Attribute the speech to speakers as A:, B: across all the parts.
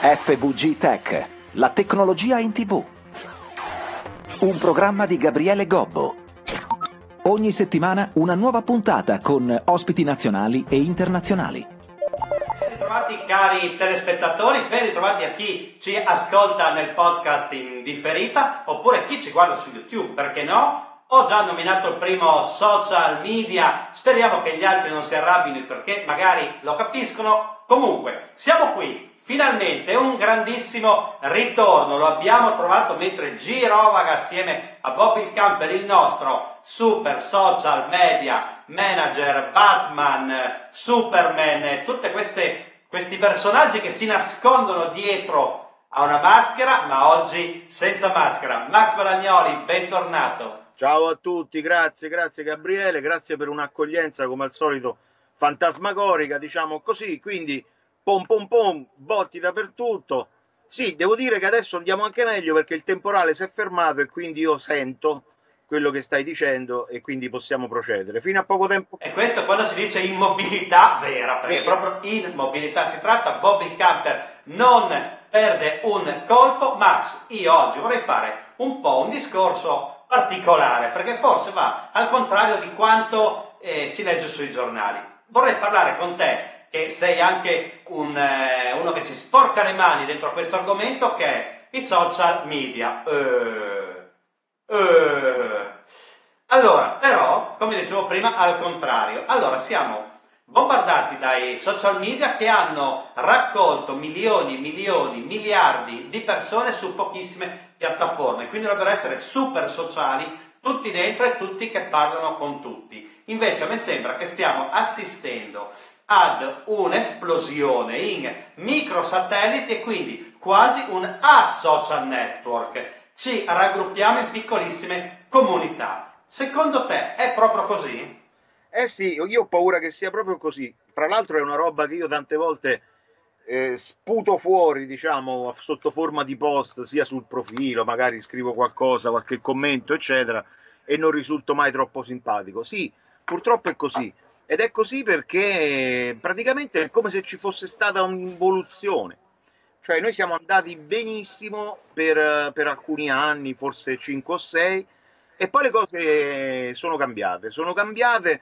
A: FVG Tech, la tecnologia in TV. Un programma di Gabriele Gobbo. Ogni settimana una nuova puntata con ospiti nazionali e internazionali.
B: Ben ritrovati cari telespettatori, ben ritrovati a chi ci ascolta nel podcast in differita oppure chi ci guarda su YouTube, perché no? Ho già nominato il primo social media, speriamo che gli altri non si arrabbino perché magari lo capiscono. Comunque, siamo qui. Finalmente un grandissimo ritorno, lo abbiamo trovato mentre girovaga assieme a Bobby Camper, il nostro super social media manager, Batman, Superman, tutti questi personaggi che si nascondono dietro a una maschera, ma oggi senza maschera. Max Baragnoli, bentornato.
C: Ciao a tutti, grazie Gabriele, grazie per un'accoglienza come al solito fantasmagorica, diciamo così, quindi pom pom pom, botti dappertutto. Sì, devo dire che adesso andiamo anche meglio perché il temporale si è fermato e quindi io sento quello che stai dicendo e quindi possiamo procedere. Fino a poco tempo fa.
B: E questo è quando si dice immobilità vera, perché proprio in mobilità si tratta. Bobby Camper non perde un colpo. Max, io oggi vorrei fare un po' un discorso particolare, perché forse va al contrario di quanto si legge sui giornali. Vorrei parlare con te, che sei anche uno che si sporca le mani dentro a questo argomento, che è i social media. Allora, però, come dicevo prima, al contrario. Allora, siamo bombardati dai social media che hanno raccolto milioni, miliardi di persone su pochissime piattaforme, quindi dovrebbero essere super sociali, tutti dentro e tutti che parlano con tutti. Invece a me sembra che stiamo assistendo ad un'esplosione in microsatelliti e quindi quasi un social network. Ci raggruppiamo in piccolissime comunità. Secondo te è proprio così?
C: Eh sì, io ho paura che sia proprio così. Fra l'altro è una roba che io tante volte sputo fuori, diciamo, sotto forma di post, sia sul profilo, magari scrivo qualcosa, qualche commento, eccetera, e non risulto mai troppo simpatico. Sì, purtroppo è così. Ed è così perché praticamente è come se ci fosse stata un'involuzione. Cioè noi siamo andati benissimo per alcuni anni, forse 5 o 6, e poi le cose sono cambiate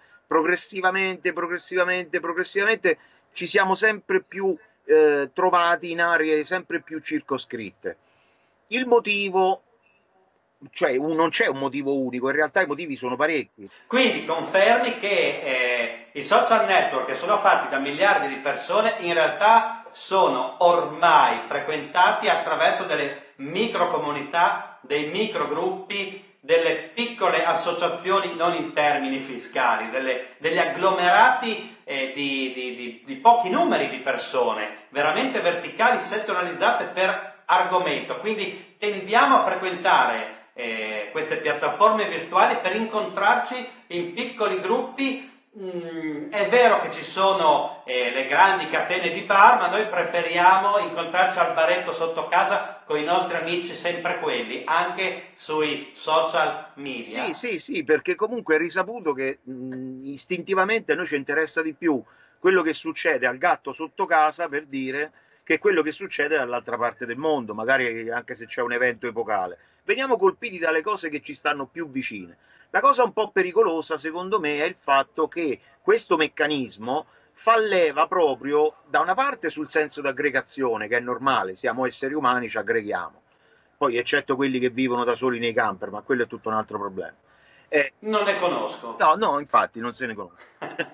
C: progressivamente, ci siamo sempre più trovati in aree sempre più circoscritte. Il motivo, cioè non c'è un motivo unico, in realtà i motivi sono parecchi.
B: Quindi confermi che i social network che sono fatti da miliardi di persone in realtà sono ormai frequentati attraverso delle microcomunità, dei microgruppi, delle piccole associazioni, non in termini fiscali, degli agglomerati di pochi numeri di persone, veramente verticali, settorializzate per argomento. Quindi tendiamo a frequentare queste piattaforme virtuali per incontrarci in piccoli gruppi. È vero che ci sono le grandi catene di bar, ma noi preferiamo incontrarci al baretto sotto casa con i nostri amici, sempre quelli, anche sui social media.
C: Sì, perché comunque è risaputo che istintivamente a noi ci interessa di più quello che succede al gatto sotto casa, per dire, che quello che succede dall'altra parte del mondo, magari anche se c'è un evento epocale. Veniamo colpiti dalle cose che ci stanno più vicine. La cosa un po' pericolosa, secondo me, è il fatto che questo meccanismo fa leva proprio da una parte sul senso d'aggregazione, che è normale, siamo esseri umani, ci aggreghiamo. Poi, eccetto quelli che vivono da soli nei camper, ma quello è tutto un altro problema.
B: Non ne conosco.
C: No, infatti, non se ne conosce.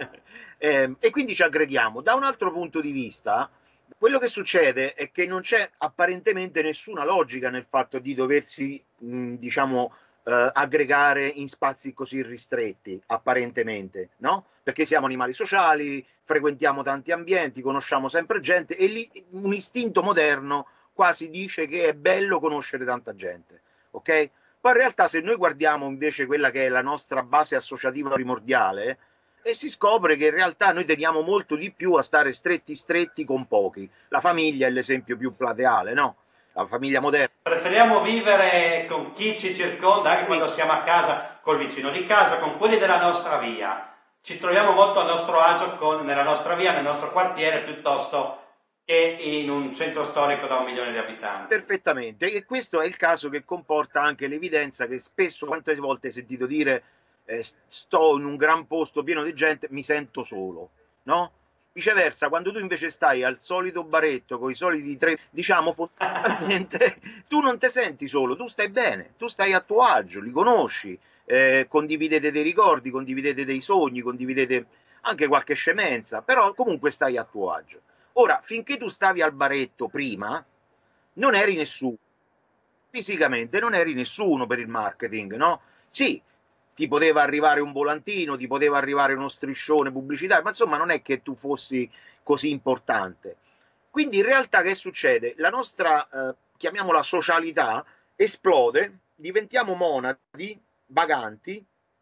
C: E quindi ci aggreghiamo. Da un altro punto di vista, quello che succede è che non c'è apparentemente nessuna logica nel fatto di doversi, diciamo, aggregare in spazi così ristretti, apparentemente, no? Perché siamo animali sociali, frequentiamo tanti ambienti, conosciamo sempre gente e lì un istinto moderno quasi dice che è bello conoscere tanta gente, ok? Poi in realtà se noi guardiamo invece quella che è la nostra base associativa primordiale, e si scopre che in realtà noi teniamo molto di più a stare stretti con pochi. La famiglia è l'esempio più plateale, no? La famiglia moderna.
B: Preferiamo vivere con chi ci circonda, anche quando siamo a casa, col vicino di casa, con quelli della nostra via. Ci troviamo molto a nostro agio nella nostra via, nel nostro quartiere, piuttosto che in un centro storico da 1 milione di abitanti.
C: Perfettamente, e questo è il caso che comporta anche l'evidenza che spesso, quante volte hai sentito dire sto in un gran posto pieno di gente, mi sento solo, no? Viceversa, quando tu invece stai al solito baretto con i soliti tre, diciamo fondamentalmente, tu non ti senti solo, tu stai bene, tu stai a tuo agio, li conosci, condividete dei ricordi, condividete dei sogni, condividete anche qualche scemenza, però comunque stai a tuo agio. Ora, finché tu stavi al baretto prima, non eri nessuno, fisicamente non eri nessuno per il marketing, no? Sì, ti poteva arrivare un volantino, ti poteva arrivare uno striscione pubblicitario, ma insomma non è che tu fossi così importante. Quindi in realtà che succede? La nostra, chiamiamola socialità, esplode, diventiamo monadi, vaganti,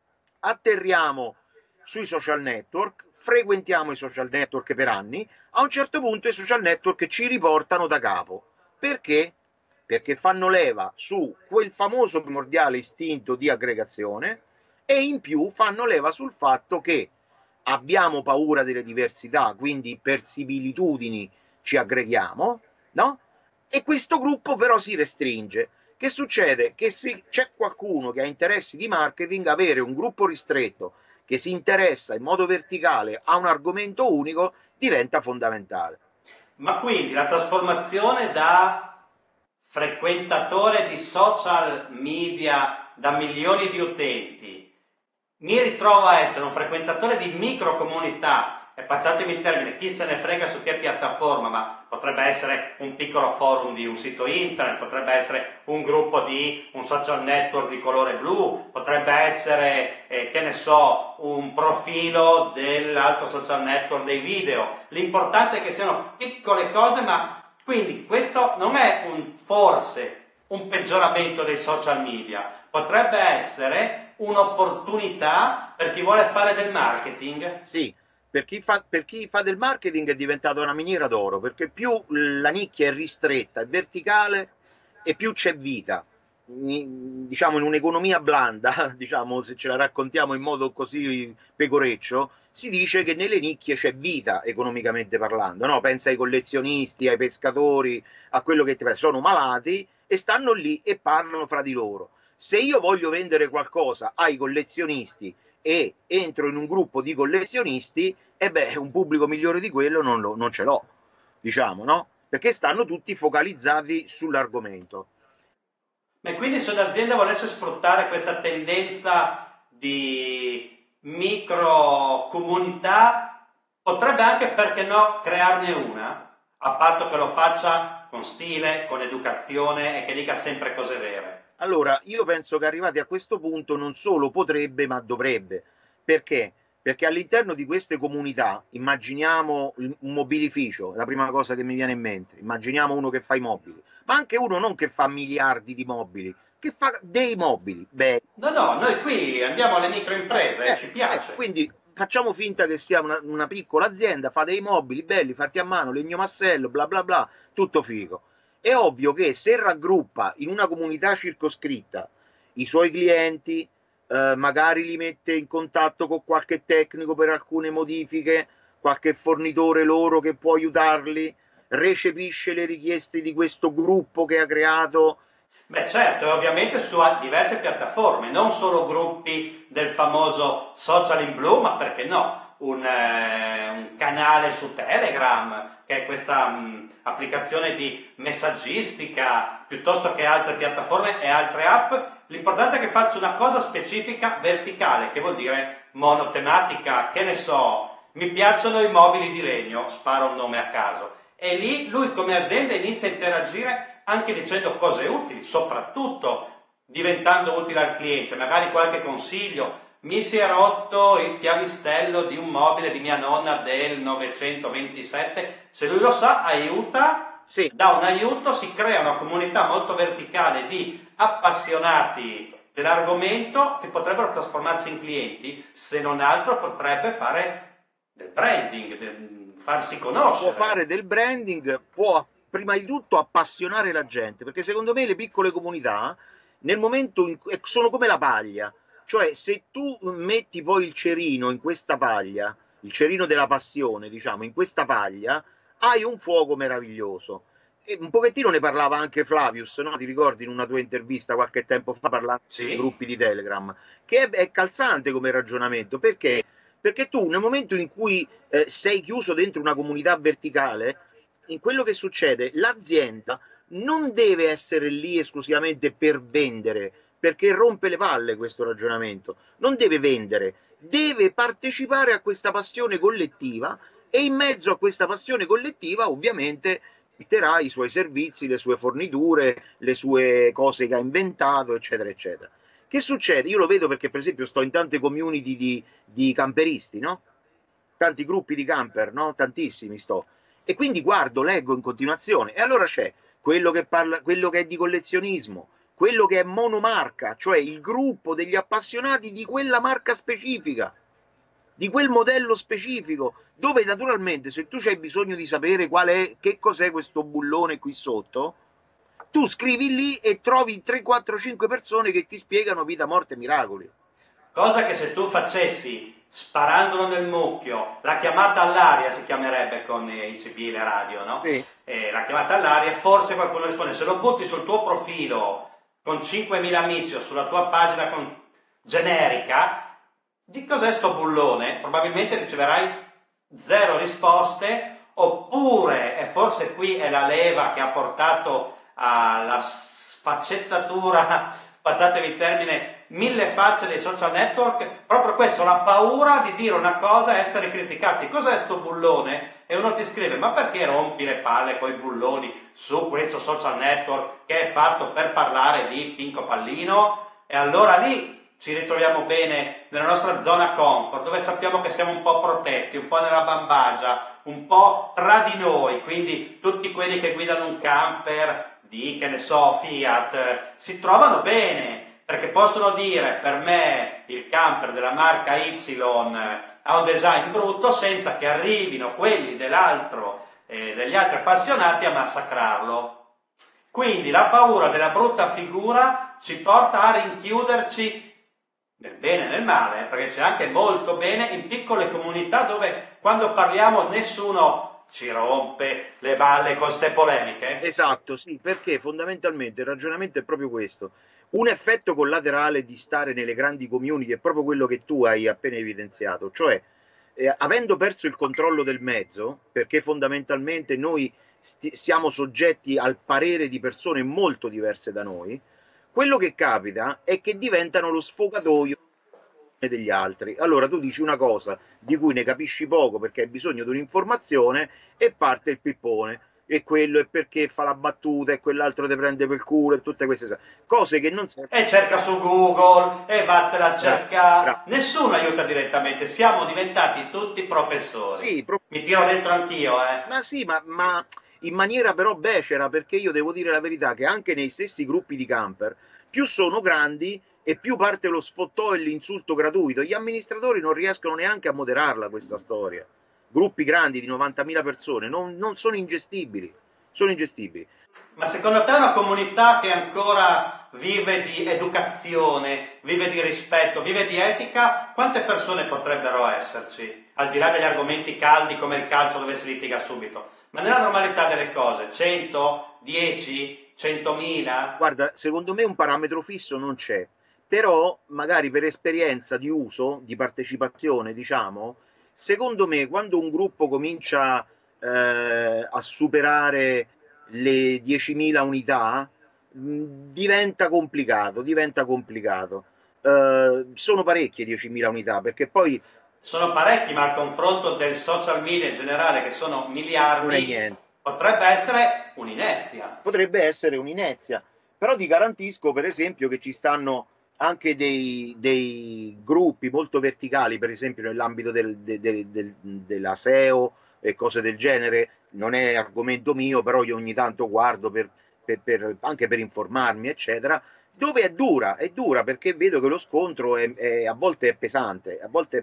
C: atterriamo sui social network, frequentiamo i social network per anni, a un certo punto i social network ci riportano da capo. Perché? Perché fanno leva su quel famoso primordiale istinto di aggregazione e in più fanno leva sul fatto che abbiamo paura delle diversità, quindi per similitudini ci aggreghiamo, no? E questo gruppo però si restringe. Che succede? Che se c'è qualcuno che ha interessi di marketing, avere un gruppo ristretto che si interessa in modo verticale a un argomento unico diventa fondamentale.
B: Ma quindi la trasformazione da frequentatore di social media da milioni di utenti mi ritrovo a essere un frequentatore di microcomunità, e passatemi il termine, chi se ne frega su che piattaforma, ma potrebbe essere un piccolo forum di un sito internet, potrebbe essere un gruppo di un social network di colore blu, potrebbe essere, che ne so, un profilo dell'altro social network dei video. L'importante è che siano piccole cose, ma quindi questo non è forse un peggioramento dei social media, potrebbe essere un'opportunità per chi vuole fare del marketing?
C: Sì, per chi fa del marketing è diventata una miniera d'oro, perché più la nicchia è ristretta, è verticale e più c'è vita. Diciamo in un'economia blanda, diciamo se ce la raccontiamo in modo così pecoreccio, si dice che nelle nicchie c'è vita economicamente parlando, no? Pensa ai collezionisti, ai pescatori, a quello che sono malati e stanno lì e parlano fra di loro. Se io voglio vendere qualcosa ai collezionisti e entro in un gruppo di collezionisti, e beh, un pubblico migliore di quello non ce l'ho, diciamo, no? Perché stanno tutti focalizzati sull'argomento.
B: Ma quindi se un'azienda volesse sfruttare questa tendenza di micro comunità, potrebbe anche, perché no, crearne una, a patto che lo faccia con stile, con educazione e che dica sempre cose vere.
C: Allora, io penso che arrivati a questo punto non solo potrebbe, ma dovrebbe. Perché? Perché all'interno di queste comunità, immaginiamo un mobilificio, è la prima cosa che mi viene in mente, immaginiamo uno che fa i mobili, ma anche uno non che fa miliardi di mobili, che fa dei mobili. Beh,
B: no, noi qui andiamo alle microimprese e ci piace.
C: Quindi facciamo finta che sia una piccola azienda, fa dei mobili belli, fatti a mano, legno massello, bla bla bla, tutto figo. È ovvio che se raggruppa in una comunità circoscritta i suoi clienti, magari li mette in contatto con qualche tecnico per alcune modifiche, qualche fornitore loro che può aiutarli, recepisce le richieste di questo gruppo che ha creato.
B: Beh certo, e ovviamente su diverse piattaforme, non solo gruppi del famoso social in blu, ma perché no, un canale su Telegram, che è questa applicazione di messaggistica, piuttosto che altre piattaforme e altre app. L'importante è che faccia una cosa specifica verticale, che vuol dire monotematica, che ne so, mi piacciono i mobili di legno, sparo un nome a caso. E lì lui come azienda inizia a interagire anche dicendo cose utili, soprattutto diventando utile al cliente, magari qualche consiglio. Mi si è rotto il chiavistello di un mobile di mia nonna del 927, se lui lo sa aiuta,
C: sì.
B: Dà un aiuto, si crea una comunità molto verticale di appassionati dell'argomento che potrebbero trasformarsi in clienti, se non altro potrebbe fare del branding, farsi conoscere.
C: Può fare del branding, può prima di tutto appassionare la gente, perché secondo me le piccole comunità nel momento sono come la paglia, cioè se tu metti poi il cerino in questa paglia, il cerino della passione, diciamo, in questa paglia, hai un fuoco meraviglioso. E un pochettino ne parlava anche Flavius, no? Ti ricordi in una tua intervista qualche tempo fa parlando dei
B: Sì.
C: gruppi di Telegram, che è calzante come ragionamento, perché? Perché tu nel momento in cui sei chiuso dentro una comunità verticale, in quello che succede, l'azienda non deve essere lì esclusivamente per vendere, perché rompe le palle questo ragionamento, non deve vendere, deve partecipare a questa passione collettiva e in mezzo a questa passione collettiva ovviamente metterà i suoi servizi, le sue forniture, le sue cose che ha inventato, eccetera, eccetera. Che succede? Io lo vedo perché, per esempio, sto in tante community di camperisti, no? Tanti gruppi di camper, no? Tantissimi sto. E quindi guardo, leggo in continuazione. E allora c'è quello che parla, quello che è di collezionismo, quello che è monomarca, cioè il gruppo degli appassionati di quella marca specifica, di quel modello specifico, dove naturalmente se tu hai bisogno di sapere qual è, che cos'è questo bullone qui sotto, tu scrivi lì e trovi 3, 4, 5 persone che ti spiegano vita, morte e miracoli.
B: Cosa che se tu facessi sparandolo nel mucchio, la chiamata all'aria si chiamerebbe con i CB, le radio, no?
C: Sì.
B: La chiamata all'aria, forse qualcuno risponde. Se lo butti sul tuo profilo con 5.000 amici o sulla tua pagina generica, di cos'è sto bullone? Probabilmente riceverai 0 risposte, oppure, e forse qui è la leva che ha portato alla sfaccettatura, passatevi il termine, 1000 facce dei social network, proprio questo, la paura di dire una cosa e essere criticati. Cos'è sto bullone? E uno ti scrive, ma perché rompi le palle coi bulloni su questo social network che è fatto per parlare di Pinco Pallino? E allora lì ci ritroviamo bene nella nostra zona comfort, dove sappiamo che siamo un po' protetti, un po' nella bambagia, un po' tra di noi, quindi tutti quelli che guidano un camper di, che ne so, Fiat, si trovano bene, perché possono dire, per me il camper della marca Y ha un design brutto, senza che arrivino quelli degli altri appassionati a massacrarlo. Quindi la paura della brutta figura ci porta a rinchiuderci nel bene e nel male, perché c'è anche molto bene in piccole comunità dove quando parliamo nessuno ci rompe le balle con ste polemiche.
C: Esatto, sì, perché fondamentalmente il ragionamento è proprio questo. Un effetto collaterale di stare nelle grandi community è proprio quello che tu hai appena evidenziato, cioè avendo perso il controllo del mezzo, perché fondamentalmente noi siamo soggetti al parere di persone molto diverse da noi, quello che capita è che diventano lo sfogatoio degli altri. Allora tu dici una cosa di cui ne capisci poco perché hai bisogno di un'informazione e parte il pippone. E quello è perché fa la battuta e quell'altro ti prende per il culo e tutte queste cose che non servono.
B: E cerca su Google e vattela a cercare. Nessuno aiuta direttamente, siamo diventati tutti professori.
C: Sì,
B: mi tiro dentro anch'io,
C: Ma sì, ma in maniera però becera, perché io devo dire la verità che anche nei stessi gruppi di camper, più sono grandi e più parte lo sfottò e l'insulto gratuito. Gli amministratori non riescono neanche a moderarla questa storia. Gruppi grandi di 90.000 persone non sono ingestibili, sono ingestibili.
B: Ma secondo te una comunità che ancora vive di educazione, vive di rispetto, vive di etica, quante persone potrebbero esserci? Al di là degli argomenti caldi come il calcio dove si litiga subito. Ma nella normalità delle cose, 100, 10, 100.000?
C: Guarda, secondo me un parametro fisso non c'è, però magari per esperienza di uso, di partecipazione, diciamo, secondo me quando un gruppo comincia a superare le 10.000 unità diventa complicato. Sono parecchie 10.000 unità, perché poi
B: sono parecchi, ma al confronto del social media in generale, che sono miliardi,
C: non è niente.
B: Potrebbe essere un'inezia.
C: Potrebbe essere un'inezia, però ti garantisco per esempio che ci stanno anche dei gruppi molto verticali, per esempio nell'ambito della SEO e cose del genere. Non è argomento mio, però io ogni tanto guardo anche per informarmi, eccetera, dove è dura perché vedo che lo scontro a volte è pesante,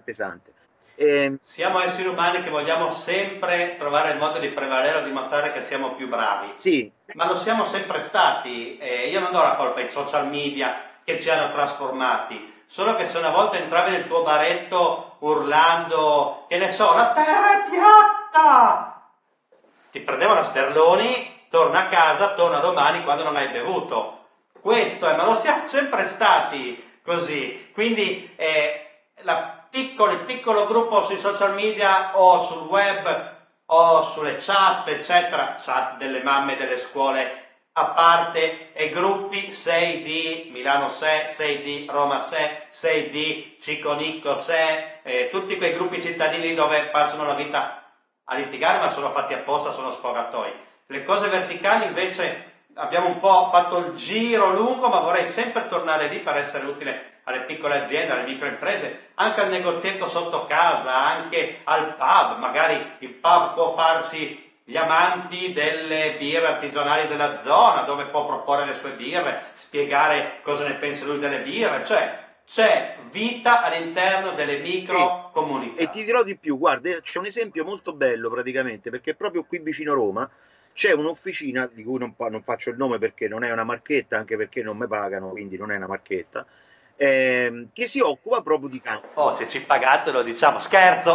B: Siamo esseri umani che vogliamo sempre trovare il modo di prevalere o dimostrare che siamo più bravi.
C: Sì.
B: Ma lo siamo sempre stati. Io non do la colpa ai social media che ci hanno trasformati, solo che se una volta entravi nel tuo baretto urlando, che ne so, la terra è piatta, ti prendevano a sberloni, torna a casa, torna domani quando non hai bevuto. Questo è, ma lo siamo sempre stati così. Quindi il piccolo gruppo sui social media o sul web o sulle chat, eccetera, chat delle mamme delle scuole a parte, e gruppi 6 di Milano 6 di Roma 6 di Ciconicco 6, tutti quei gruppi cittadini dove passano la vita a litigare, ma sono fatti apposta, sono sfogatoi. Le cose verticali invece abbiamo un po' fatto il giro lungo, ma vorrei sempre tornare lì per essere utile alle piccole aziende, alle microimprese, anche al negozietto sotto casa, anche al pub. Magari il pub può farsi gli amanti delle birre artigianali della zona, dove può proporre le sue birre, spiegare cosa ne pensa lui delle birre, cioè c'è vita all'interno delle micro comunità.
C: E ti dirò di più, guarda, c'è un esempio molto bello praticamente, perché proprio qui vicino Roma c'è un'officina, di cui non faccio il nome perché non è una marchetta, anche perché non mi pagano, quindi non è una marchetta, che si occupa proprio di campo.
B: Oh, se ci pagate lo diciamo. Scherzo.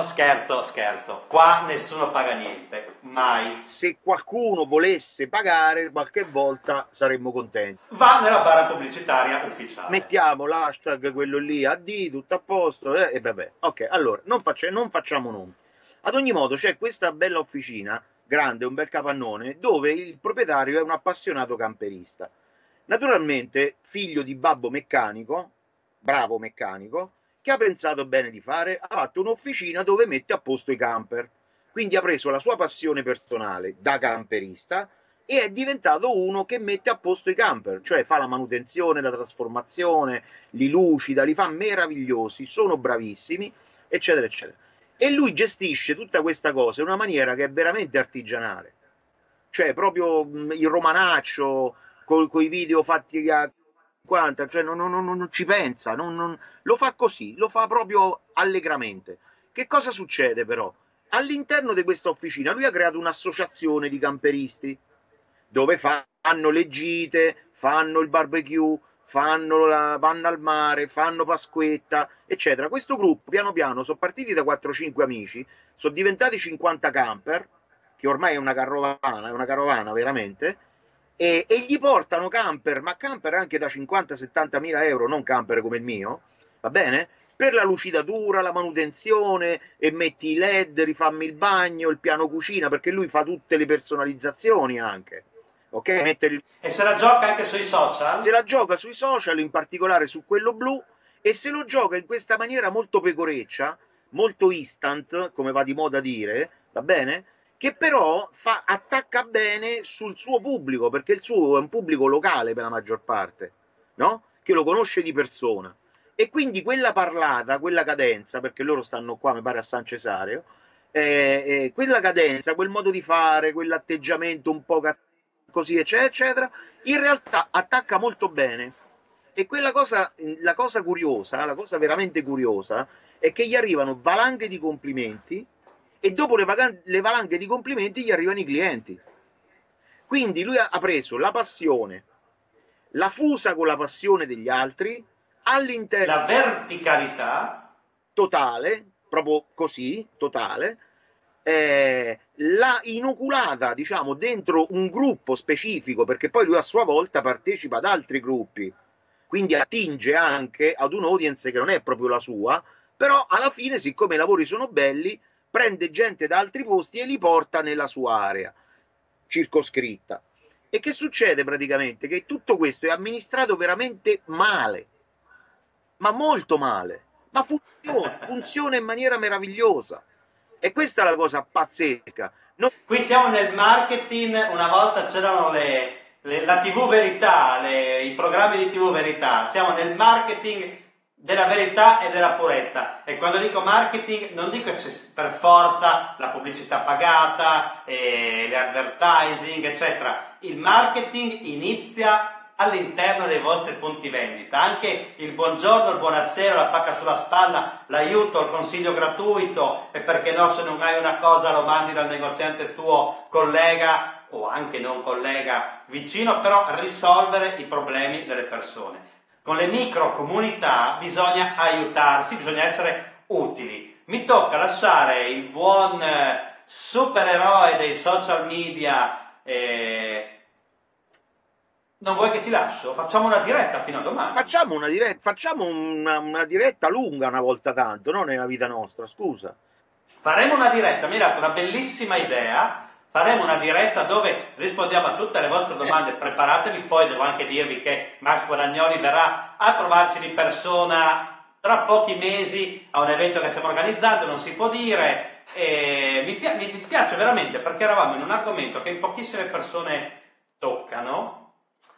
B: Qua nessuno paga niente, mai.
C: Se qualcuno volesse pagare, qualche volta saremmo contenti.
B: Va nella barra pubblicitaria ufficiale.
C: Mettiamo l'hashtag, quello lì, AD, tutto a posto, e vabbè. Ok, allora, non facciamo nomi. Ad ogni modo c'è questa bella officina, grande, un bel capannone, dove il proprietario è un appassionato camperista. Naturalmente, figlio di babbo meccanico, bravo meccanico, che ha pensato bene di fare, ha fatto un'officina dove mette a posto i camper. Quindi ha preso la sua passione personale da camperista e è diventato uno che mette a posto i camper, cioè fa la manutenzione, la trasformazione, li lucida, li fa meravigliosi, sono bravissimi, eccetera, eccetera. E lui gestisce tutta questa cosa in una maniera che è veramente artigianale, cioè proprio il romanaccio, con i video fatti a 50, cioè non ci pensa, lo fa così, lo fa proprio allegramente. Che cosa succede però? All'interno di questa officina lui ha creato un'associazione di camperisti, dove fanno le gite, fanno il barbecue, vanno al mare, fanno Pasquetta, eccetera. Questo gruppo piano piano sono partiti da 4-5 amici, sono diventati 50 camper, che ormai è una carovana veramente, e gli portano camper, ma camper anche da 50-70 mila euro, non camper come il mio, va bene? Per la lucidatura, la manutenzione, e metti i LED, rifammi il bagno, il piano cucina, perché lui fa tutte le personalizzazioni anche. Okay?
B: E se la gioca anche sui social?
C: Se la gioca sui social, in particolare su quello blu, e se lo gioca in questa maniera molto pecoreccia, molto instant, come va di moda dire, va bene? Che però attacca bene sul suo pubblico, perché il suo è un pubblico locale per la maggior parte, no? Che lo conosce di persona. E quindi quella parlata, quella cadenza, perché loro stanno qua, mi pare, a San Cesareo, quella cadenza, quel modo di fare, quell'atteggiamento un po' così, eccetera, eccetera, in realtà attacca molto bene. E la cosa curiosa, la cosa veramente curiosa, è che gli arrivano valanghe di complimenti, e dopo le valanghe di complimenti gli arrivano i clienti. Quindi lui ha preso la passione, la fusa con la passione degli altri, all'interno...
B: La verticalità
C: totale, proprio così, totale, l'ha inoculata, diciamo, dentro un gruppo specifico, perché poi lui a sua volta partecipa ad altri gruppi, quindi attinge anche ad un'audience che non è proprio la sua, però alla fine, siccome i lavori sono belli, prende gente da altri posti e li porta nella sua area circoscritta. E che succede praticamente? Che tutto questo è amministrato veramente male, ma molto male, ma funziona in maniera meravigliosa. E questa è la cosa pazzesca.
B: Qui siamo nel marketing. Una volta c'erano la TV Verità, i programmi di TV Verità. Siamo nel marketing della verità e della purezza. E quando dico marketing non dico per forza la pubblicità pagata, le advertising, eccetera. Il marketing inizia all'interno dei vostri punti vendita. Anche il buongiorno, il buonasera, la pacca sulla spalla, l'aiuto, il consiglio gratuito, e perché no, se non hai una cosa lo mandi dal negoziante tuo collega o anche non collega vicino, però risolvere i problemi delle persone. Con le micro comunità bisogna aiutarsi, bisogna essere utili. Mi tocca lasciare il buon supereroe dei social media, non vuoi che ti lascio? Facciamo una diretta fino a domani.
C: Facciamo una diretta lunga una volta tanto, non nella vita nostra, scusa.
B: Faremo una diretta, mi hai dato una bellissima idea. Faremo una diretta dove rispondiamo a tutte le vostre domande, preparatevi, poi devo anche dirvi che Max Guadagnoli verrà a trovarci di persona tra pochi mesi a un evento che stiamo organizzando, non si può dire, mi dispiace veramente perché eravamo in un argomento che pochissime persone toccano,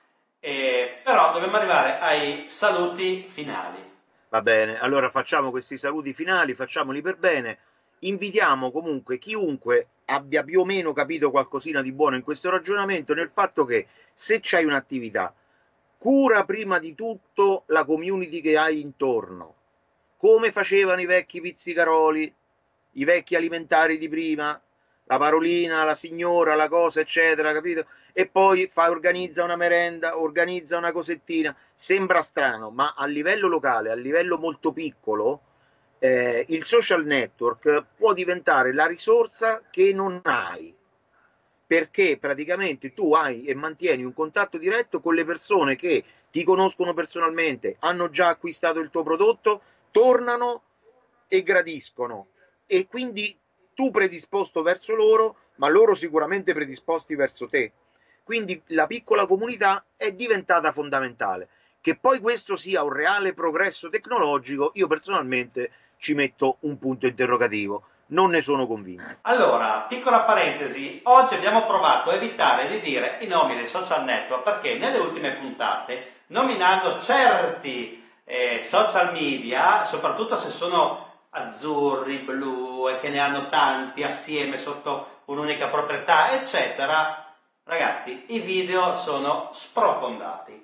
B: però dobbiamo arrivare ai saluti finali.
C: Va bene, allora facciamo questi saluti finali, facciamoli per bene. Invitiamo comunque chiunque abbia più o meno capito qualcosina di buono in questo ragionamento, nel fatto che se c'hai un'attività, cura prima di tutto la community che hai intorno, come facevano i vecchi pizzicaroli, i vecchi alimentari di prima, la parolina, la signora, la cosa, eccetera, capito? E poi organizza una merenda, organizza una cosettina. Sembra strano, ma a livello locale, a livello molto piccolo, il social network può diventare la risorsa che non hai, perché praticamente tu hai e mantieni un contatto diretto con le persone che ti conoscono personalmente, hanno già acquistato il tuo prodotto, tornano e gradiscono, e quindi tu predisposto verso loro, ma loro sicuramente predisposti verso te. Quindi la piccola comunità è diventata fondamentale. Che poi questo sia un reale progresso tecnologico, io personalmente ci metto un punto interrogativo, non ne sono convinto.
B: Allora, piccola parentesi, oggi abbiamo provato a evitare di dire i nomi dei social network perché nelle ultime puntate, nominando certi social media, soprattutto se sono azzurri, blu e che ne hanno tanti assieme sotto un'unica proprietà, eccetera, ragazzi, i video sono sprofondati.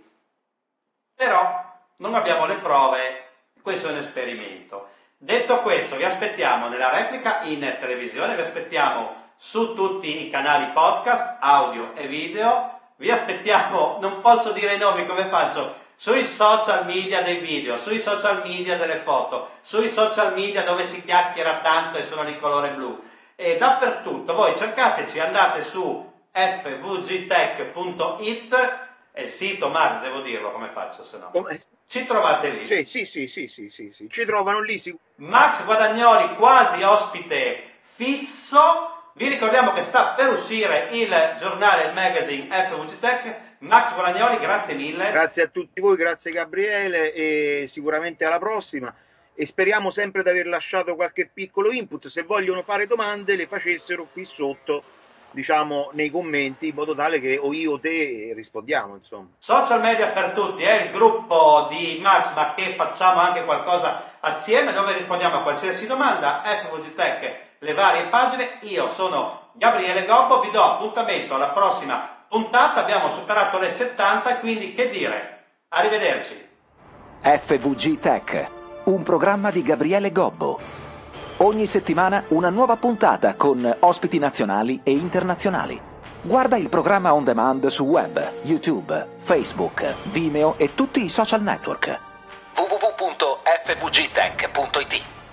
B: Però non abbiamo le prove, questo è un esperimento. Detto questo, vi aspettiamo nella replica in televisione, vi aspettiamo su tutti i canali podcast, audio e video, vi aspettiamo, non posso dire i nomi come faccio, sui social media dei video, sui social media delle foto, sui social media dove si chiacchiera tanto e sono di colore blu, e dappertutto. Voi cercateci, andate su fvgtech.it, è il sito, Max, devo dirlo, come faccio se no? Ci trovate lì.
C: Sì, ci trovano lì.
B: Max Guadagnoli, quasi ospite fisso. Vi ricordiamo che sta per uscire il giornale, il magazine FVG Tech. Max Guadagnoli, grazie mille.
C: Grazie a tutti voi, grazie Gabriele, e sicuramente alla prossima. E speriamo sempre di aver lasciato qualche piccolo input. Se vogliono fare domande le facessero qui sotto, diciamo nei commenti, in modo tale che o io o te rispondiamo, insomma.
B: Social media per tutti è il gruppo di Max, ma che facciamo anche qualcosa assieme dove rispondiamo a qualsiasi domanda. FVG Tech, le varie pagine. Io sono Gabriele Gobbo, vi do appuntamento alla prossima puntata. Abbiamo superato le 70, quindi che dire, arrivederci.
A: FVG Tech, un programma di Gabriele Gobbo. Ogni settimana una nuova puntata con ospiti nazionali e internazionali. Guarda il programma on demand su web, YouTube, Facebook, Vimeo e tutti i social network. www.fvgtech.it